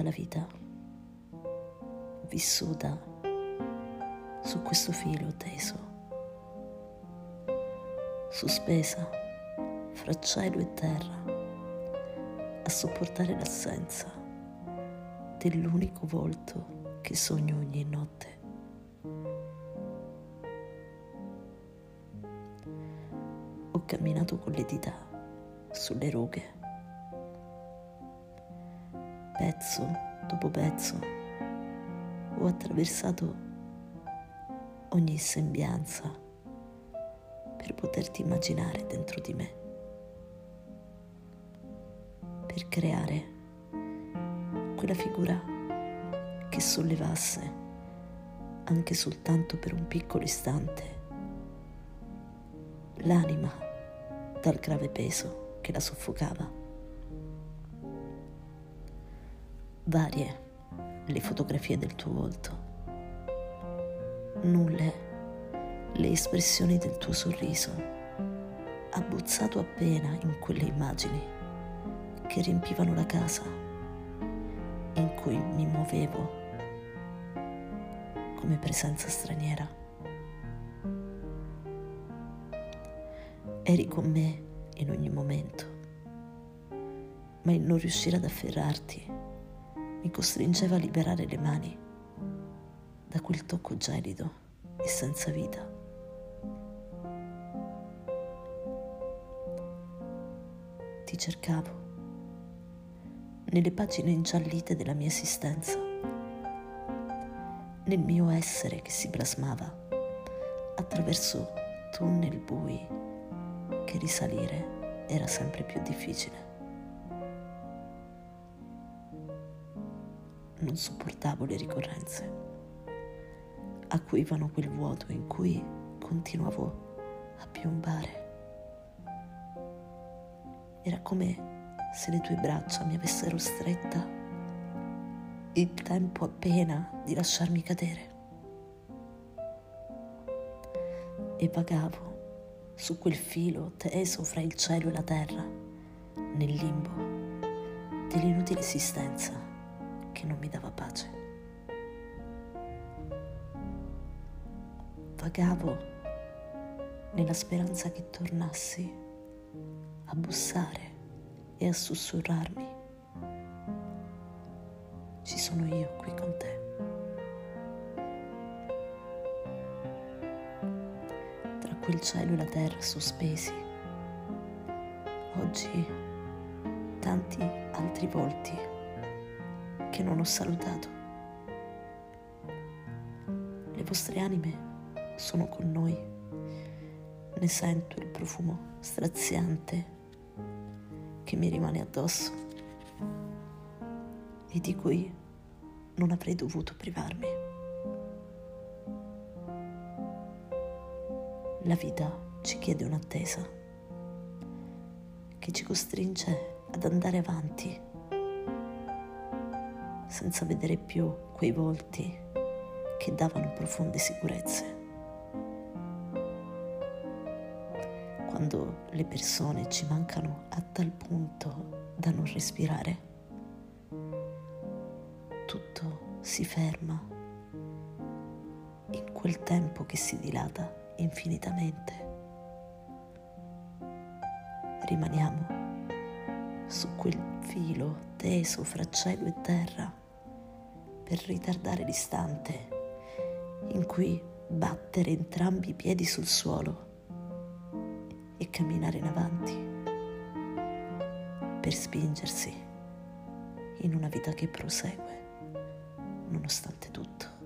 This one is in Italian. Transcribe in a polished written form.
la vita vissuta su questo filo teso, sospesa fra cielo e terra, a sopportare l'assenza dell'unico volto che sogno ogni notte. Ho camminato con le dita sulle rughe, pezzo dopo pezzo, ho attraversato ogni sembianza per poterti immaginare dentro di me, per creare quella figura che sollevasse, anche soltanto per un piccolo istante, l'anima dal grave peso che la soffocava. Varie le fotografie del tuo volto, nulle le espressioni del tuo sorriso, abbozzato appena in quelle immagini che riempivano la casa in cui mi muovevo come presenza straniera. Eri con me in ogni momento, ma il non riuscire ad afferrarti mi costringeva a liberare le mani da quel tocco gelido e senza vita. Ti cercavo nelle pagine ingiallite della mia esistenza, nel mio essere che si plasmava attraverso tunnel bui che risalire era sempre più difficile. Non sopportavo le ricorrenze, acuivano quel vuoto in cui continuavo a piombare. Era come se le tue braccia mi avessero stretta il tempo appena di lasciarmi cadere. E vagavo su quel filo teso fra il cielo e la terra, nel limbo dell'inutile esistenza che non mi dava pace. Vagavo nella speranza che tornassi a bussare e a sussurrarmi: ci sono io qui con te. Tra quel cielo e la terra sospesi, oggi tanti altri volti che non ho salutato. Le vostre anime sono con noi, ne sento il profumo straziante che mi rimane addosso e di cui non avrei dovuto privarmi. La vita ci chiede un'attesa che ci costringe ad andare avanti senza vedere più quei volti che davano profonde sicurezze. Quando le persone ci mancano a tal punto da non respirare, tutto si ferma in quel tempo che si dilata infinitamente. Rimaniamo su quel filo teso fra cielo e terra per ritardare l'istante in cui battere entrambi i piedi sul suolo e camminare in avanti per spingersi in una vita che prosegue nonostante tutto.